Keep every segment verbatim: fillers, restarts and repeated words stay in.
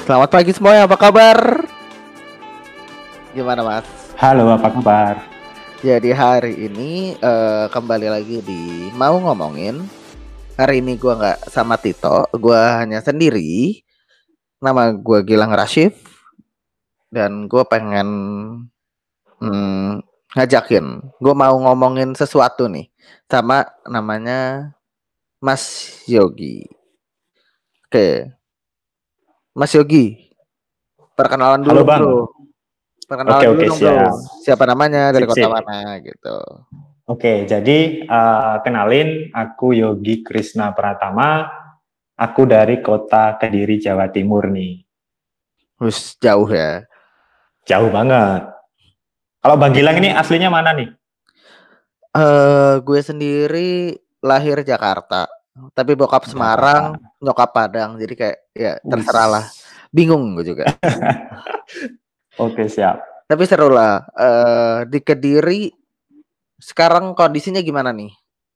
Selamat pagi semuanya, apa kabar? Gimana Mas? Halo, apa kabar? Jadi hari ini uh, kembali lagi di Mau Ngomongin. Hari ini gue nggak sama Tito, gue hanya sendiri. Nama gue Gilang Rashif. Dan gue pengen hmm, ngajakin, gue mau ngomongin sesuatu nih. Sama namanya Mas Yogi. Oke, Mas Yogi, perkenalan dulu Halo Bang. bro. Oke Perkenalan dulu oke dong bro. siap. Siapa namanya, dari Sip kota sip. mana gitu. Oke, jadi uh, kenalin aku Yogi Krisna Pratama. Aku dari kota Kediri, Jawa Timur nih. Terus jauh ya. Jauh banget. Kalau Bang Gilang ini aslinya mana nih? Eh, uh, gue sendiri lahir Jakarta, tapi bokap Semarang, Jakarta. nyokap Padang, jadi kayak ya terserah lah. Wis. Bingung gue juga. Oke siap. Tapi seru lah. Uh, di Kediri sekarang kondisinya gimana nih?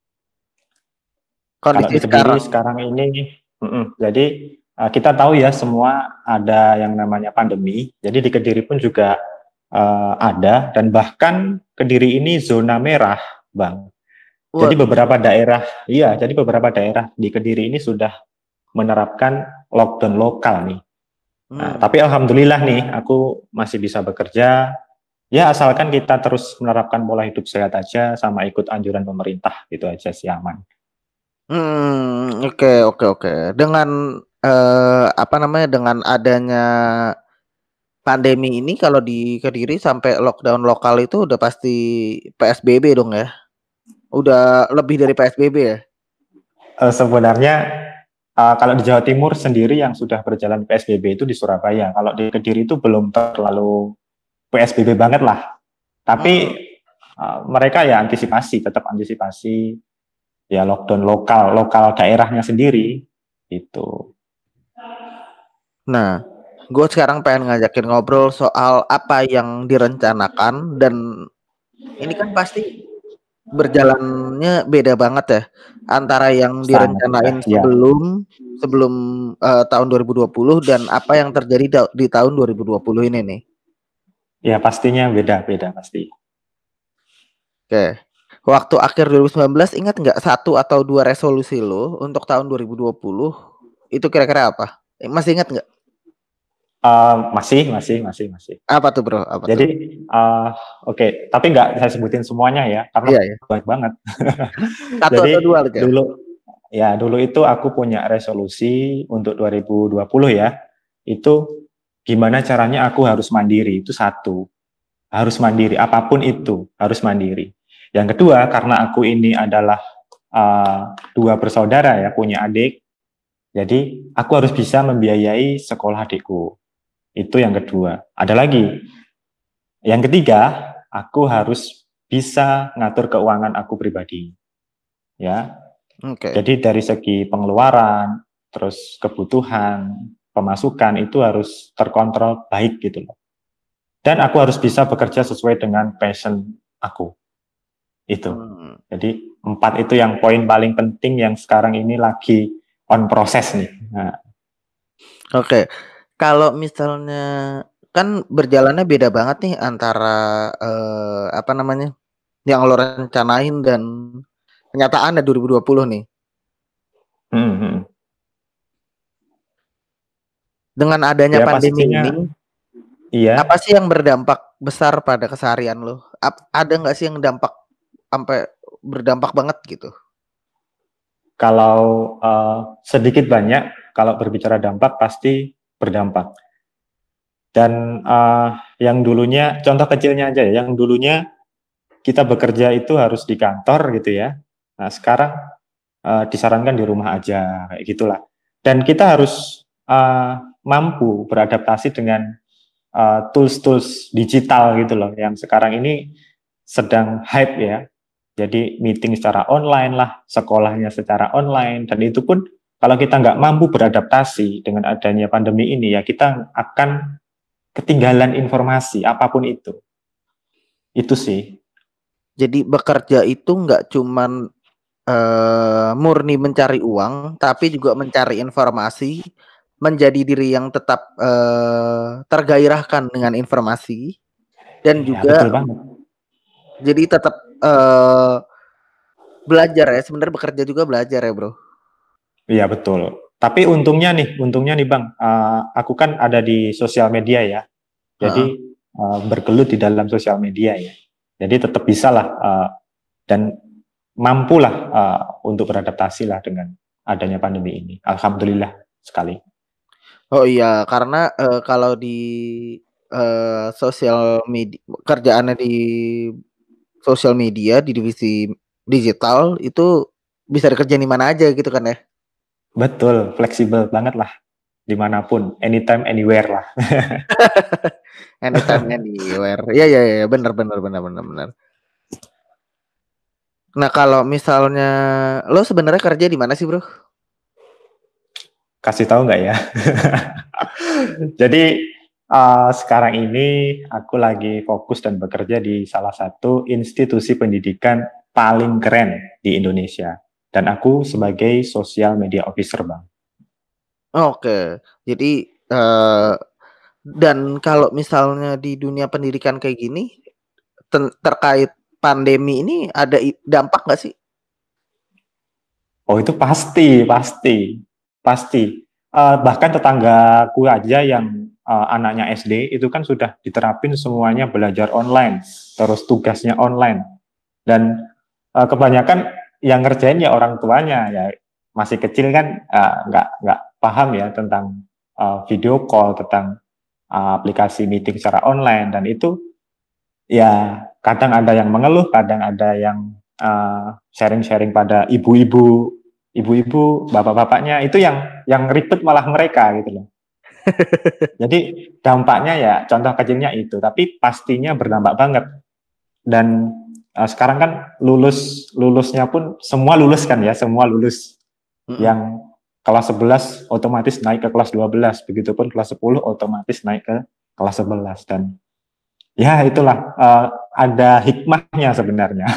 Kalau Kondisi di Kediri sekarang. sekarang ini, mm-mm, jadi uh, kita tahu ya semua ada yang namanya pandemi. Jadi di Kediri pun juga uh, ada, dan bahkan Kediri ini zona merah, Bang. Jadi Waduh. beberapa daerah, iya, jadi beberapa daerah di Kediri ini sudah menerapkan lockdown lokal nih. Nah, Hmm. tapi alhamdulillah nih, aku masih bisa bekerja. Ya, asalkan kita terus menerapkan pola hidup sehat aja, sama ikut anjuran pemerintah, gitu aja sih aman. Hmm. Oke oke oke. Dengan eh, apa namanya? Dengan adanya pandemi ini, kalau di Kediri sampai lockdown lokal itu udah pasti P S B B dong ya? Udah lebih dari P S B B ya? Uh, sebenarnya uh, kalau di Jawa Timur sendiri yang sudah berjalan P S B B itu di Surabaya. Kalau di Kediri itu belum terlalu P S B B banget lah. Tapi Hmm. uh, mereka ya antisipasi, tetap antisipasi ya lockdown lokal, lokal daerahnya sendiri itu. Nah, gue sekarang pengen ngajakin ngobrol soal apa yang direncanakan, dan ini kan pasti berjalannya beda banget ya antara yang Sangat mudah direncanain ya. sebelum sebelum eh, tahun dua ribu dua puluh dan apa yang terjadi da- di tahun dua ribu dua puluh ini nih. Ya pastinya beda-beda pasti. Oke. Waktu akhir dua ribu sembilan belas, ingat nggak satu atau dua resolusi lo untuk tahun dua ribu dua puluh itu kira-kira apa? Eh, Masih ingat nggak? Uh, masih, masih, masih, masih. Apa tuh bro? Apa tuh? Jadi, uh, oke, okay. Tapi nggak saya sebutin semuanya ya, karena Iya ya. banyak banget. Satu Jadi atau dua aja. dulu, ya dulu itu aku punya resolusi untuk dua ribu dua puluh ya. Itu gimana caranya aku harus mandiri, itu satu. Harus mandiri, apapun itu harus mandiri. Yang kedua, karena aku ini adalah uh, dua bersaudara ya, punya adik, jadi aku harus bisa membiayai sekolah adikku. Itu yang kedua. Ada lagi. Yang ketiga, aku harus bisa ngatur keuangan aku pribadi. Ya. Oke. Jadi dari segi pengeluaran, terus kebutuhan, pemasukan itu harus terkontrol baik gitu loh. Dan aku harus bisa bekerja sesuai dengan passion aku. Itu. Hmm. Jadi empat itu yang poin paling penting yang sekarang ini lagi on proses nih. Nah, Oke, kalau misalnya kan berjalannya beda banget nih antara eh, apa namanya yang lo rencanain dan kenyataan dua ribu dua puluh nih. hmm, hmm. Dengan adanya Ya pandemi pastinya ini, apa iya. sih yang berdampak besar pada keseharian lo? Ap- ada nggak sih yang dampak sampai berdampak banget gitu? Kalau uh, sedikit banyak, kalau berbicara dampak pasti berdampak. Dan uh, yang dulunya, contoh kecilnya aja ya, yang dulunya kita bekerja itu harus di kantor gitu ya. Nah sekarang uh, disarankan di rumah aja, kayak gitulah. Dan kita harus uh, mampu beradaptasi dengan uh, tools-tools digital gitu loh, yang sekarang ini sedang hype ya. Jadi meeting secara online lah, sekolahnya secara online, dan itu pun kalau kita nggak mampu beradaptasi dengan adanya pandemi ini ya kita akan ketinggalan informasi apapun itu. Itu sih. Jadi bekerja itu nggak cuman eh, murni mencari uang, tapi juga mencari informasi menjadi diri yang tetap uh, tergairahkan dengan informasi dan Ya juga betul banget. jadi tetap uh, belajar ya, sebenarnya bekerja juga belajar ya bro. Iya betul. Tapi untungnya nih, untungnya nih Bang, uh, aku kan ada di sosial media ya. Heeh. Jadi uh, bergelut di dalam sosial media ya. Jadi tetap bisa lah uh, dan mampulah uh, untuk beradaptasi lah dengan adanya pandemi ini. Alhamdulillah sekali. Oh iya, karena uh, kalau di uh, sosial media kerjaannya di sosial media di divisi digital itu bisa dikerjain di mana aja gitu kan ya. Betul, fleksibel banget lah dimanapun, anytime, anywhere lah. Anytime anywhere. Ya ya ya, benar benar benar benar benar. Nah, kalau misalnya lo sebenarnya kerja di mana sih, Bro? Kasih tahu nggak ya? Jadi uh, sekarang ini aku lagi fokus dan bekerja di salah satu institusi pendidikan paling keren di Indonesia. Dan aku sebagai social media officer, Bang. Oke. Jadi uh, dan kalau misalnya di dunia pendidikan kayak gini terkait pandemi ini ada dampak nggak sih? Oh itu pasti, pasti, pasti. Uh, bahkan tetanggaku aja yang uh, anaknya S D itu kan sudah diterapin semuanya belajar online, terus tugasnya online. Dan uh, kebanyakan yang ngerjain ya orang tuanya ya masih kecil kan uh, nggak nggak paham ya tentang uh, video call, tentang uh, aplikasi meeting secara online dan itu ya kadang ada yang mengeluh, kadang ada yang uh, sharing-sharing pada ibu-ibu, ibu-ibu, bapak-bapaknya itu yang yang ribet malah mereka gitu loh. Jadi dampaknya ya contoh kecilnya itu, tapi pastinya berdampak banget. Dan uh, sekarang kan lulus lulusnya pun semua lulus kan ya, semua lulus. Mm-mm. Yang kelas sebelas otomatis naik ke kelas dua belas, begitupun kelas sepuluh otomatis naik ke kelas sebelas dan ya itulah uh, ada hikmahnya sebenarnya.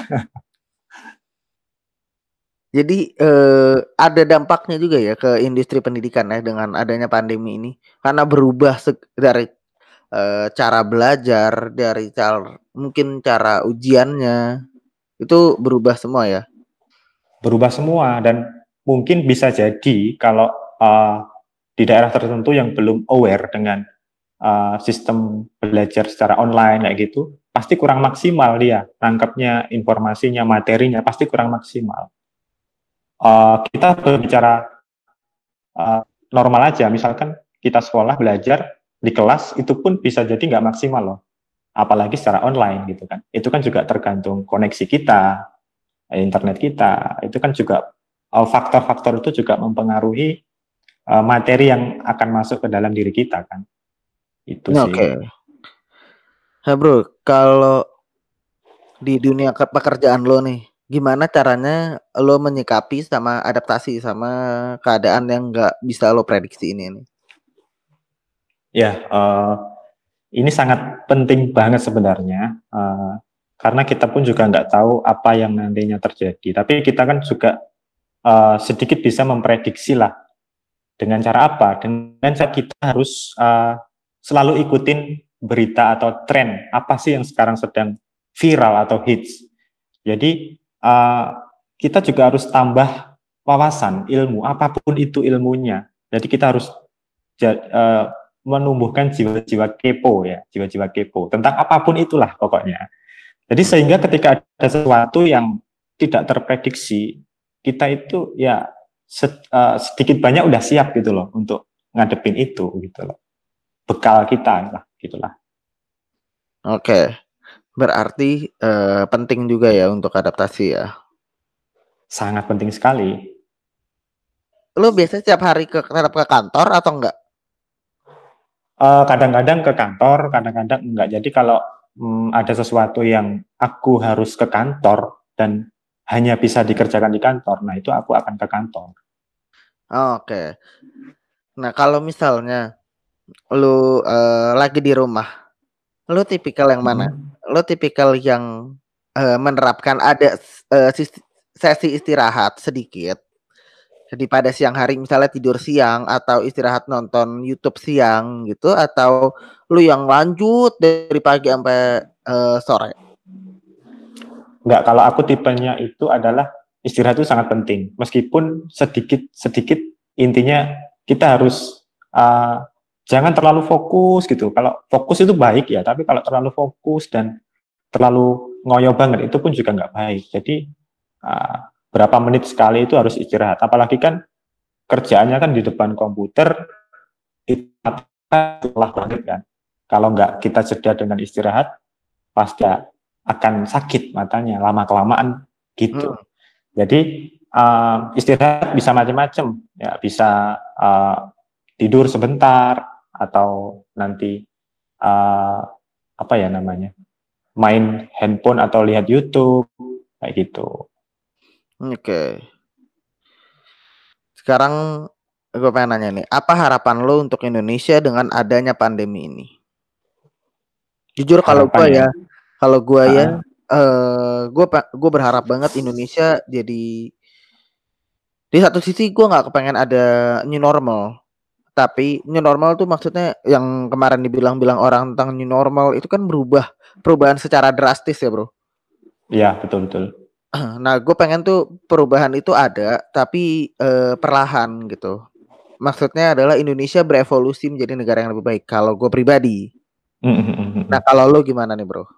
Jadi eh, ada dampaknya juga ya ke industri pendidikan ya dengan adanya pandemi ini karena berubah dari eh, cara belajar, dari cara mungkin cara ujiannya itu berubah semua ya. Berubah semua dan mungkin bisa jadi kalau uh, di daerah tertentu yang belum aware dengan uh, sistem belajar secara online kayak gitu, pasti kurang maksimal dia nangkapnya informasinya, materinya pasti kurang maksimal. Uh, kita berbicara uh, normal aja, misalkan kita sekolah belajar di kelas itu pun bisa jadi nggak maksimal loh, apalagi secara online gitu kan. Itu kan juga tergantung koneksi kita, internet kita, itu kan juga uh, faktor-faktor itu juga mempengaruhi uh, materi yang akan masuk ke dalam diri kita kan. Itu Oke. sih. Okay. Nah bro, kalau di dunia pekerjaan lo nih, gimana caranya lo menyikapi sama adaptasi sama keadaan yang nggak bisa lo prediksi ini nih? Ya, uh, ini sangat penting banget sebenarnya, uh, karena kita pun juga nggak tahu apa yang nantinya terjadi. Tapi kita kan juga uh, sedikit bisa memprediksi lah. Dengan cara apa? Dengan cara kita harus uh, selalu ikutin berita atau tren apa sih yang sekarang sedang viral atau hits. Jadi uh, kita juga harus tambah wawasan, ilmu, apapun itu ilmunya. Jadi kita harus uh, menumbuhkan jiwa-jiwa kepo ya, jiwa-jiwa kepo tentang apapun itulah pokoknya. Jadi sehingga ketika ada sesuatu yang tidak terprediksi, kita itu ya sedikit banyak udah siap gitu loh untuk ngadepin itu gitu loh. Bekal kita lah gitulah. Oke. Berarti eh, penting juga ya untuk adaptasi ya. Sangat penting sekali. Lo biasanya setiap hari ke tetap ke kantor atau enggak? Kadang-kadang ke kantor, kadang-kadang enggak. Jadi kalau hmm, ada sesuatu yang aku harus ke kantor dan hanya bisa dikerjakan di kantor, nah itu aku akan ke kantor. Oke. Nah kalau misalnya lo uh, lagi di rumah, lo tipikal yang mana? Hmm. Lo tipikal yang uh, menerapkan ada uh, sesi istirahat sedikit Jadi pada siang hari misalnya tidur siang atau istirahat nonton YouTube siang gitu, atau lu yang lanjut dari pagi sampai uh, sore? Enggak, kalau aku tipenya itu adalah istirahat itu sangat penting. Meskipun sedikit-sedikit, intinya kita harus uh, jangan terlalu fokus gitu. Kalau fokus itu baik ya, tapi kalau terlalu fokus dan terlalu ngoyo banget itu pun juga nggak baik. Jadi uh, berapa menit sekali itu harus istirahat. Apalagi kan kerjaannya kan di depan komputer, itu lelah banget kan. Kalau nggak kita jeda dengan istirahat, pasti akan sakit matanya lama kelamaan gitu. Hmm. Jadi uh, istirahat bisa macam-macam, ya bisa uh, tidur sebentar atau nanti uh, apa ya namanya, main handphone atau lihat YouTube kayak gitu. Oke. Okay. Sekarang gue pengen nanya nih, apa harapan lo untuk Indonesia dengan adanya pandemi ini? Jujur kalau gue Harapan ya. ya, kalau gue ya, Uh, uh, gue gue berharap banget Indonesia jadi, di satu sisi gue nggak kepengen ada new normal, tapi new normal tuh maksudnya yang kemarin dibilang-bilang orang tentang new normal itu kan berubah, perubahan secara drastis ya bro. ya betul betul. Nah gue pengen tuh perubahan itu ada, tapi uh, perlahan gitu. Maksudnya adalah Indonesia berevolusi menjadi negara yang lebih baik. Kalau gue pribadi. Nah kalau lo gimana nih bro?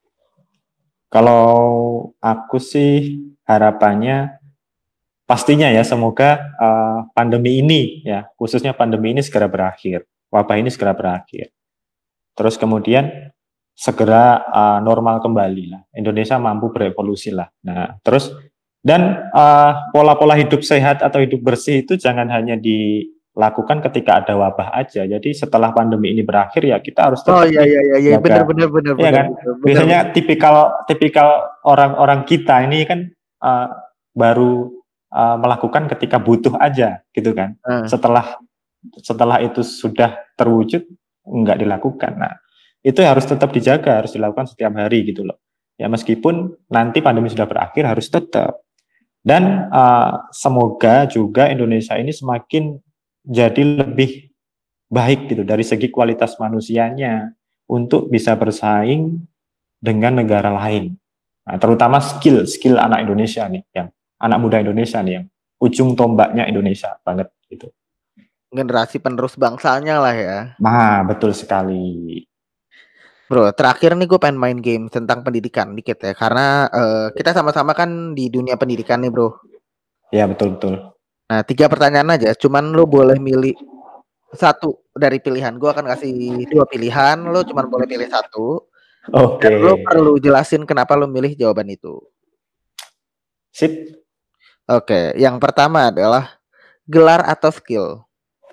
Kalau aku sih harapannya pastinya ya semoga uh, pandemi ini ya khususnya pandemi ini segera berakhir, wabah ini segera berakhir. Terus kemudian segera uh, normal kembali lah. Indonesia mampu berevolusi lah. Nah terus dan uh, pola-pola hidup sehat atau hidup bersih itu jangan hanya dilakukan ketika ada wabah aja. Jadi setelah pandemi ini berakhir ya kita harus Oh tetap iya nih iya iya ya, benar jaga, benar benar ya benar kan? benar benar. Biasanya tipikal tipikal orang-orang kita ini kan uh, baru uh, melakukan ketika butuh aja gitu kan. Uh. Setelah setelah itu sudah terwujud nggak dilakukan. Nah itu harus tetap dijaga, harus dilakukan setiap hari gitu loh. Ya meskipun nanti pandemi sudah berakhir harus tetap. Dan uh, semoga juga Indonesia ini semakin jadi lebih baik gitu dari segi kualitas manusianya untuk bisa bersaing dengan negara lain. Nah, terutama skill skill anak Indonesia nih, yang anak muda Indonesia nih, yang ujung tombaknya Indonesia banget gitu. Generasi penerus bangsanya lah ya. Nah betul sekali. Bro, terakhir nih gue pengen main game tentang pendidikan dikit ya, karena uh, kita sama-sama kan di dunia pendidikan nih bro. Ya betul betul. Nah tiga pertanyaan aja, cuman lo boleh milih satu dari pilihan. Gue akan kasih dua pilihan, lo cuman boleh pilih satu. Oke. Dan lo perlu jelasin kenapa lo milih jawaban itu. Sip. Oke, yang pertama adalah gelar atau skill.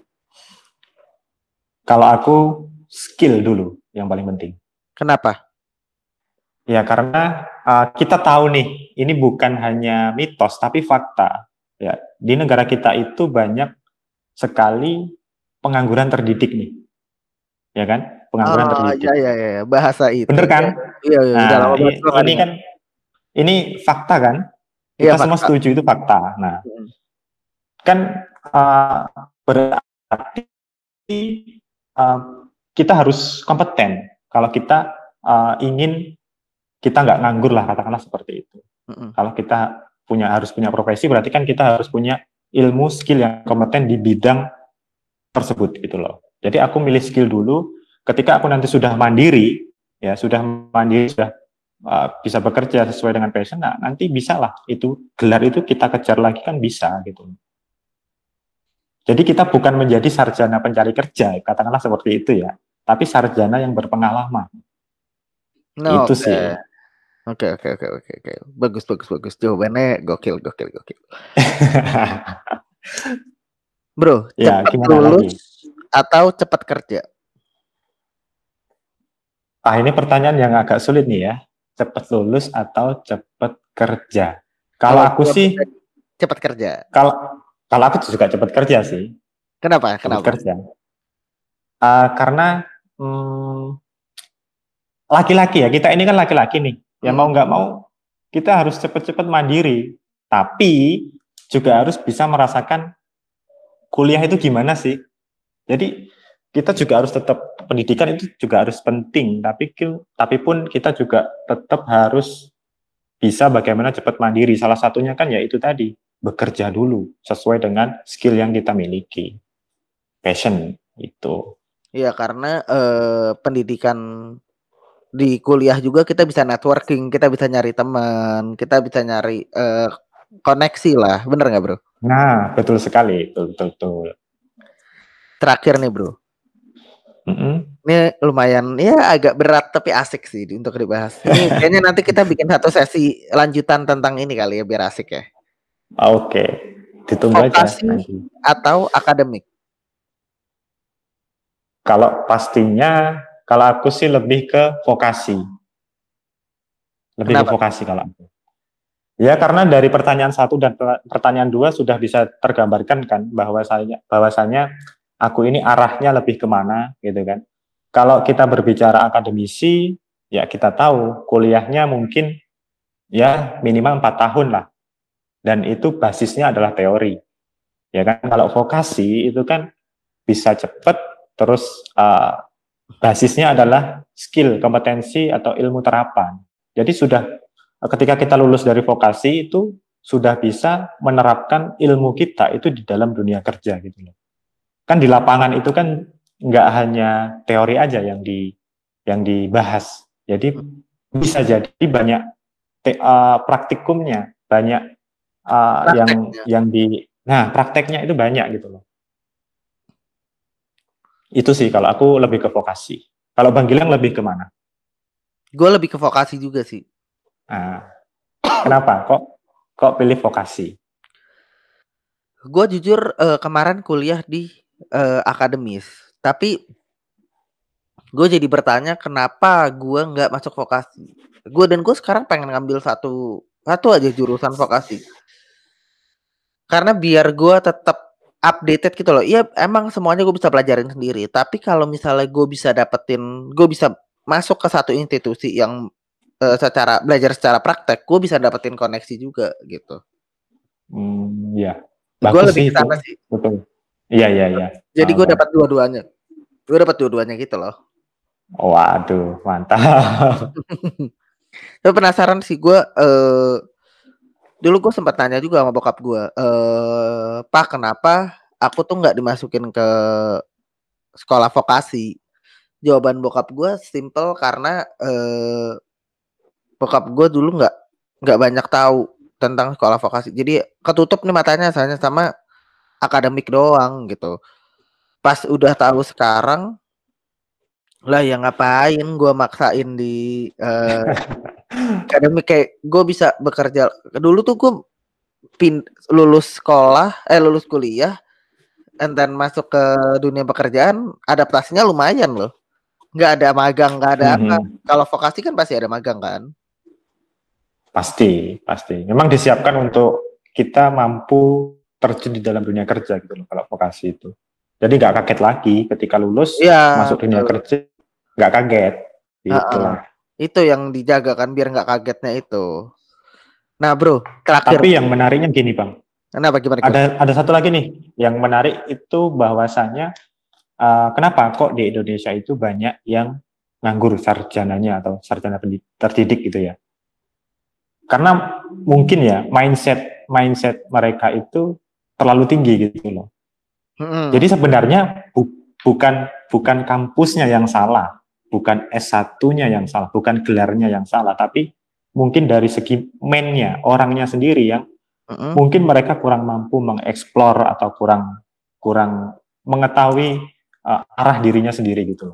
Kalau aku skill dulu yang paling penting. Kenapa? Ya karena uh, kita tahu nih, ini bukan hanya mitos tapi fakta. Ya di negara kita itu banyak sekali pengangguran terdidik nih, ya kan? Pengangguran Oh iya terdidik. iya iya, bahasa itu. Bener kan? Iya iya, udah lama Nah banget gue nggak ini dengar. kan ini fakta kan? Iya Kita semua fakta. setuju itu fakta. Nah Hmm. kan uh, berarti uh, kita harus kompeten kalau kita uh, ingin kita nggak nganggur lah katakanlah seperti itu. Hmm. Kalau kita punya harus punya profesi berarti kan kita harus punya ilmu skill yang kompeten di bidang tersebut gitu loh. Jadi aku milih skill dulu. Ketika aku nanti sudah mandiri ya sudah mandiri sudah uh, bisa bekerja sesuai dengan passion, nah nanti bisa lah itu gelar itu kita kejar lagi kan bisa gitu. Jadi kita bukan menjadi sarjana pencari kerja, katakanlah seperti itu ya, tapi sarjana yang berpengalaman. No, Itu oke. sih. Oke oke oke oke oke. Bagus bagus bagus. Jawabannya gokil gokil gokil. Bro, Ya, cepat gimana lulus lagi? atau cepat kerja? Ah, ini pertanyaan yang agak sulit nih ya. Cepat lulus atau cepat kerja? Kalau Kalau aku gue sih, cepat kerja. kalau kalau aku juga cepat kerja sih, Kenapa? cepat Kenapa? kerja. Uh, karena hmm, laki-laki ya, kita ini kan laki-laki nih. Ya mau Mm-mm. nggak mau, kita harus cepat-cepat mandiri. Tapi juga harus bisa merasakan kuliah itu gimana sih. Jadi kita juga harus tetap, pendidikan itu juga harus penting, tapi tapi pun kita juga tetap harus bisa bagaimana cepat mandiri. Salah satunya kan ya itu tadi, bekerja dulu sesuai dengan skill yang kita miliki, passion itu. Iya, karena eh, pendidikan di kuliah juga kita bisa networking, kita bisa nyari teman, kita bisa nyari eh, koneksi lah, bener nggak bro? Nah, betul sekali, betul betul. betul. Terakhir nih bro, mm-hmm. ini lumayan ya agak berat tapi asik sih untuk dibahas. Ini kayaknya nanti kita bikin satu sesi lanjutan tentang ini kali ya biar asik ya. Oke, ditunggu Vokasi aja nanti. Atau akademik? Kalau pastinya, kalau aku sih lebih ke vokasi. Lebih Kenapa? ke vokasi kalau aku. Ya karena dari pertanyaan satu dan pertanyaan dua sudah bisa tergambarkan kan bahwasanya bahwasanya aku ini arahnya lebih kemana gitu kan. Kalau kita berbicara akademisi, ya kita tahu kuliahnya mungkin ya minimal empat tahun lah. Dan itu basisnya adalah teori. Ya kan, kalau vokasi itu kan bisa cepat, terus uh, basisnya adalah skill, kompetensi atau ilmu terapan. Jadi sudah ketika kita lulus dari vokasi itu sudah bisa menerapkan ilmu kita itu di dalam dunia kerja gitu loh. Kan di lapangan itu kan nggak hanya teori aja yang di yang dibahas. Jadi bisa jadi banyak te, uh, praktikumnya, banyak uh, yang yang di nah prakteknya itu banyak gitu loh. Itu sih kalau aku lebih ke vokasi. Kalau Bang Gilang lebih ke mana? Gue lebih ke vokasi juga sih. Nah, kenapa? Kok kok pilih vokasi? Gue jujur uh, kemarin kuliah di uh, akademis, tapi gue jadi bertanya kenapa gue nggak masuk vokasi. Gue dan gue sekarang pengen ngambil satu satu aja jurusan vokasi. Karena biar gue tetap updated gitu loh. Iya emang semuanya gue bisa pelajarin sendiri. Tapi kalau misalnya gue bisa dapetin, gue bisa masuk ke satu institusi yang uh, secara belajar secara praktek, gue bisa dapetin koneksi juga gitu. Hmm, ya. Gue lebih ke sana sih. Betul. Iya iya iya. Jadi gue dapat dua-duanya. Gue dapat dua-duanya gitu loh. Waduh, mantap. Tapi penasaran sih gue. Uh, dulu gue sempat tanya juga sama bokap gue. Uh, Pak, kenapa aku tuh nggak dimasukin ke sekolah vokasi? Jawaban bokap gue simple karena uh, bokap gue dulu nggak nggak banyak tahu tentang sekolah vokasi. Jadi ketutup nih matanya hanya sama akademik doang gitu. Pas udah tahu sekarang, lah ya ngapain gue maksain di uh, akademik, kayak gue bisa bekerja. Dulu tuh gue pin lulus sekolah, eh lulus kuliah, dan masuk ke dunia pekerjaan, adaptasinya lumayan loh. Nggak ada magang, nggak ada mm-hmm. apa. Kalau vokasi kan pasti ada magang kan? Pasti, pasti. Memang disiapkan untuk kita mampu terjun di dalam dunia kerja gitu loh kalau vokasi itu. Jadi nggak kaget lagi ketika lulus ya, masuk dunia betul. kerja, nggak kaget. Gitu. Uh-uh. Itu yang dijaga kan biar nggak kagetnya itu. Nah bro, terakhir. Tapi yang menariknya gini bang. Kenapa gimana? Ada ada satu lagi nih yang menarik itu bahwasanya uh, kenapa kok di Indonesia itu banyak yang nganggur sarjananya atau sarjana terdidik gitu ya. Karena mungkin ya mindset mindset mereka itu terlalu tinggi gitu loh. Hmm. Jadi sebenarnya bu, bukan bukan kampusnya yang salah, bukan S satu-nya yang salah, bukan gelarnya yang salah, tapi mungkin dari segi man-nya, orangnya sendiri yang hmm. mungkin mereka kurang mampu mengeksplor atau kurang kurang mengetahui uh, arah dirinya sendiri gitu loh.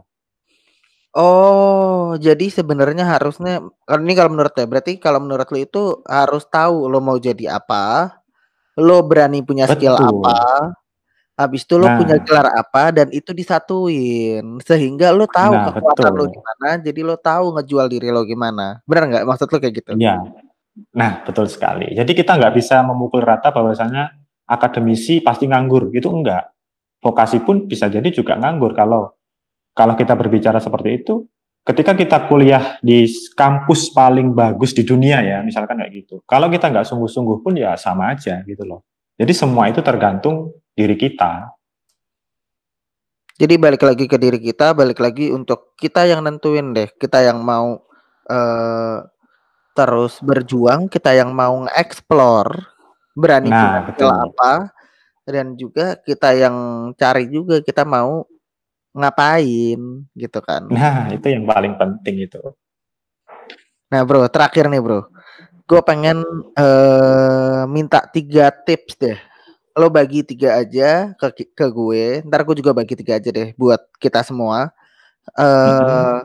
Oh, jadi sebenarnya harusnya, ini kalau menurut ya, berarti kalau menurut lo itu harus tahu lo mau jadi apa, lo berani punya skill Betul. apa, habis itu lo nah. punya gelar apa, dan itu disatuin, sehingga lo tahu nah, kekuatan betul. lo gimana, jadi lo tahu ngejual diri lo gimana, benar nggak maksud lo kayak gitu? Iya, nah betul sekali. Jadi kita nggak bisa memukul rata bahwasanya akademisi pasti nganggur, gitu enggak. Vokasi pun bisa jadi juga nganggur kalau Kalau kita berbicara seperti itu, ketika kita kuliah di kampus paling bagus di dunia ya, misalkan kayak gitu. Kalau kita nggak sungguh-sungguh pun ya sama aja gitu loh. Jadi semua itu tergantung diri kita. Jadi balik lagi ke diri kita, balik lagi untuk kita yang nentuin deh. Kita yang mau uh, terus berjuang, kita yang mau nge-explore, berani Nah, punya skill betul. apa, dan juga kita yang cari juga kita mau ngapain gitu kan. Nah, itu yang paling penting itu. Nah bro, terakhir nih bro, gue pengen uh, minta tiga tips deh. Lo bagi tiga aja ke ke gue, ntar gue juga bagi tiga aja deh buat kita semua. Uh, mm-hmm.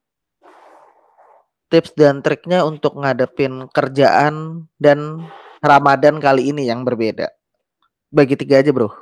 Tips dan triknya untuk ngadepin kerjaan dan Ramadan kali ini yang berbeda. Bagi tiga aja bro.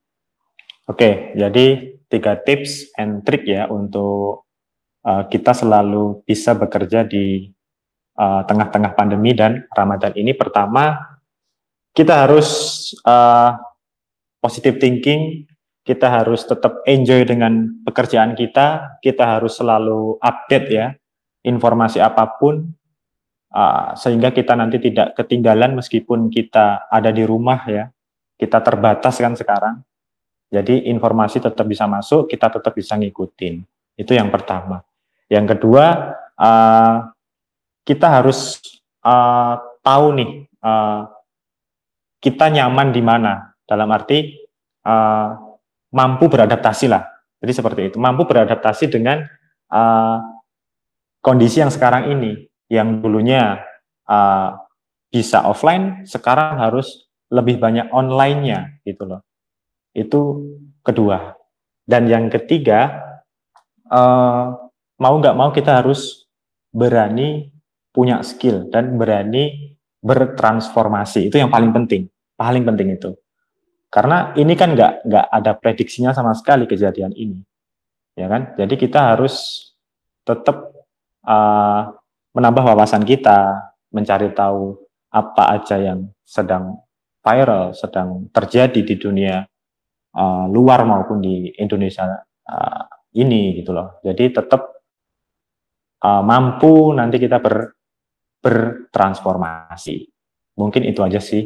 Oke, jadi tiga tips and trik ya untuk uh, kita selalu bisa bekerja di uh, tengah-tengah pandemi dan Ramadan ini. Pertama, kita harus uh, positive thinking, kita harus tetap enjoy dengan pekerjaan kita, kita harus selalu update ya, informasi apapun, uh, sehingga kita nanti tidak ketinggalan meskipun kita ada di rumah ya, kita terbatas kan sekarang, jadi informasi tetap bisa masuk, kita tetap bisa ngikutin, itu yang pertama. Yang kedua, uh, kita harus uh, tahu nih, uh, kita nyaman di mana, dalam arti uh, mampu beradaptasi lah, jadi seperti itu, mampu beradaptasi dengan uh, kondisi yang sekarang ini, yang dulunya uh, bisa offline, sekarang harus lebih banyak online-nya gitu loh. Itu kedua. Dan yang ketiga, uh, mau nggak mau kita harus berani punya skill dan berani bertransformasi. Itu yang paling penting, paling penting itu. Karena ini kan nggak nggak ada prediksinya sama sekali kejadian ini, ya kan? Jadi kita harus tetap Uh, menambah wawasan kita, mencari tahu apa aja yang sedang viral, sedang terjadi di dunia uh, luar maupun di Indonesia uh, ini gitu loh. Jadi tetap uh, mampu nanti kita ber, bertransformasi. Mungkin itu aja sih.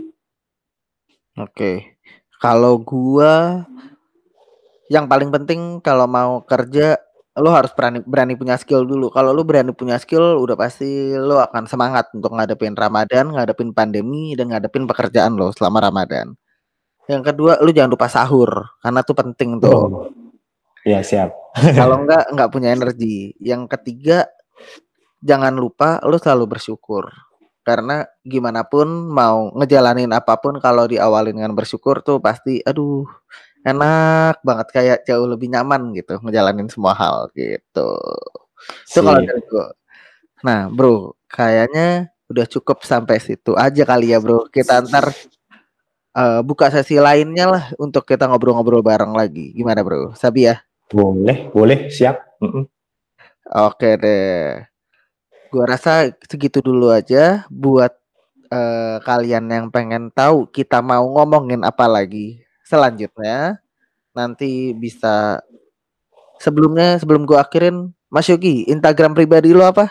Oke, kalau gua yang paling penting kalau mau kerja, lo harus berani berani punya skill dulu. Kalau lo berani punya skill, udah pasti lo akan semangat untuk ngadepin Ramadan, ngadepin pandemi, dan ngadepin pekerjaan lo selama Ramadan. Yang kedua, lo jangan lupa sahur, karena tuh penting tuh. Oh, ya siap. Kalau enggak, enggak punya energi. Yang ketiga, jangan lupa lo selalu bersyukur. Karena gimana pun mau ngejalanin apapun, kalau diawalin dengan bersyukur tuh pasti, aduh, enak banget, kayak jauh lebih nyaman gitu ngejalanin semua hal gitu. Itu kalau dari gue. Nah bro, kayaknya udah cukup sampai situ aja kali ya bro. Kita ntar uh, buka sesi lainnya lah untuk kita ngobrol-ngobrol bareng lagi. Gimana bro? Sabi ya? Boleh, boleh, siap. Mm-mm. Oke deh. Gua rasa segitu dulu aja buat uh, kalian yang pengen tahu kita mau ngomongin apa lagi selanjutnya, nanti bisa. Sebelumnya, sebelum gue akhirin, Mas Yogi, Instagram pribadi lo apa?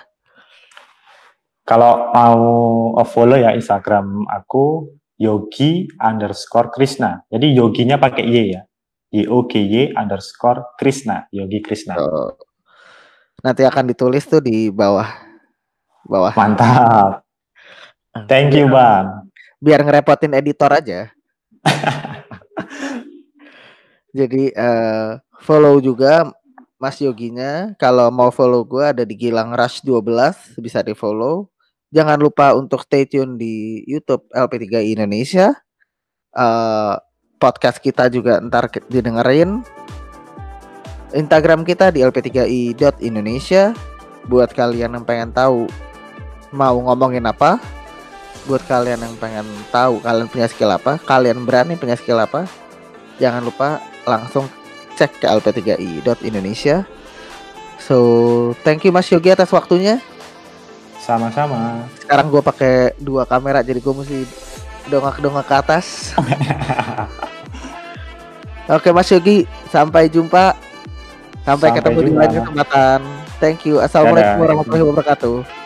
Kalau mau follow ya Instagram aku Yogi underscore Krishna. Jadi Yoginya pakai Y ya. Y O G Y underscore Krishna. Yogi Krishna. Oh. Nanti akan ditulis tuh di bawah. Bawah. Mantap. Thank biar, you Bang. Biar ngerepotin editor aja. Jadi uh, follow juga Mas Yoginya. Kalau mau follow gue ada di Gilang Rush dua belas, bisa di follow. Jangan lupa untuk stay tune di YouTube L P tiga I Indonesia. Uh, podcast kita juga ntar didengerin. Instagram kita di l p tiga i dot indonesia. Buat kalian yang pengen tahu mau ngomongin apa, buat kalian yang pengen tahu kalian punya skill apa, kalian berani punya skill apa, jangan lupa langsung cek ke l p tiga i dot indonesia. So, thank you Mas Yogi atas waktunya. Sama-sama. Sekarang gue pakai dua kamera, jadi gue mesti dongak-dongak ke atas. Oke Mas Yogi, sampai jumpa. Sampai, sampai ketemu jumpa. Di lain kesempatan. Thank you. Assalamualaikum warahmatullahi wabarakatuh.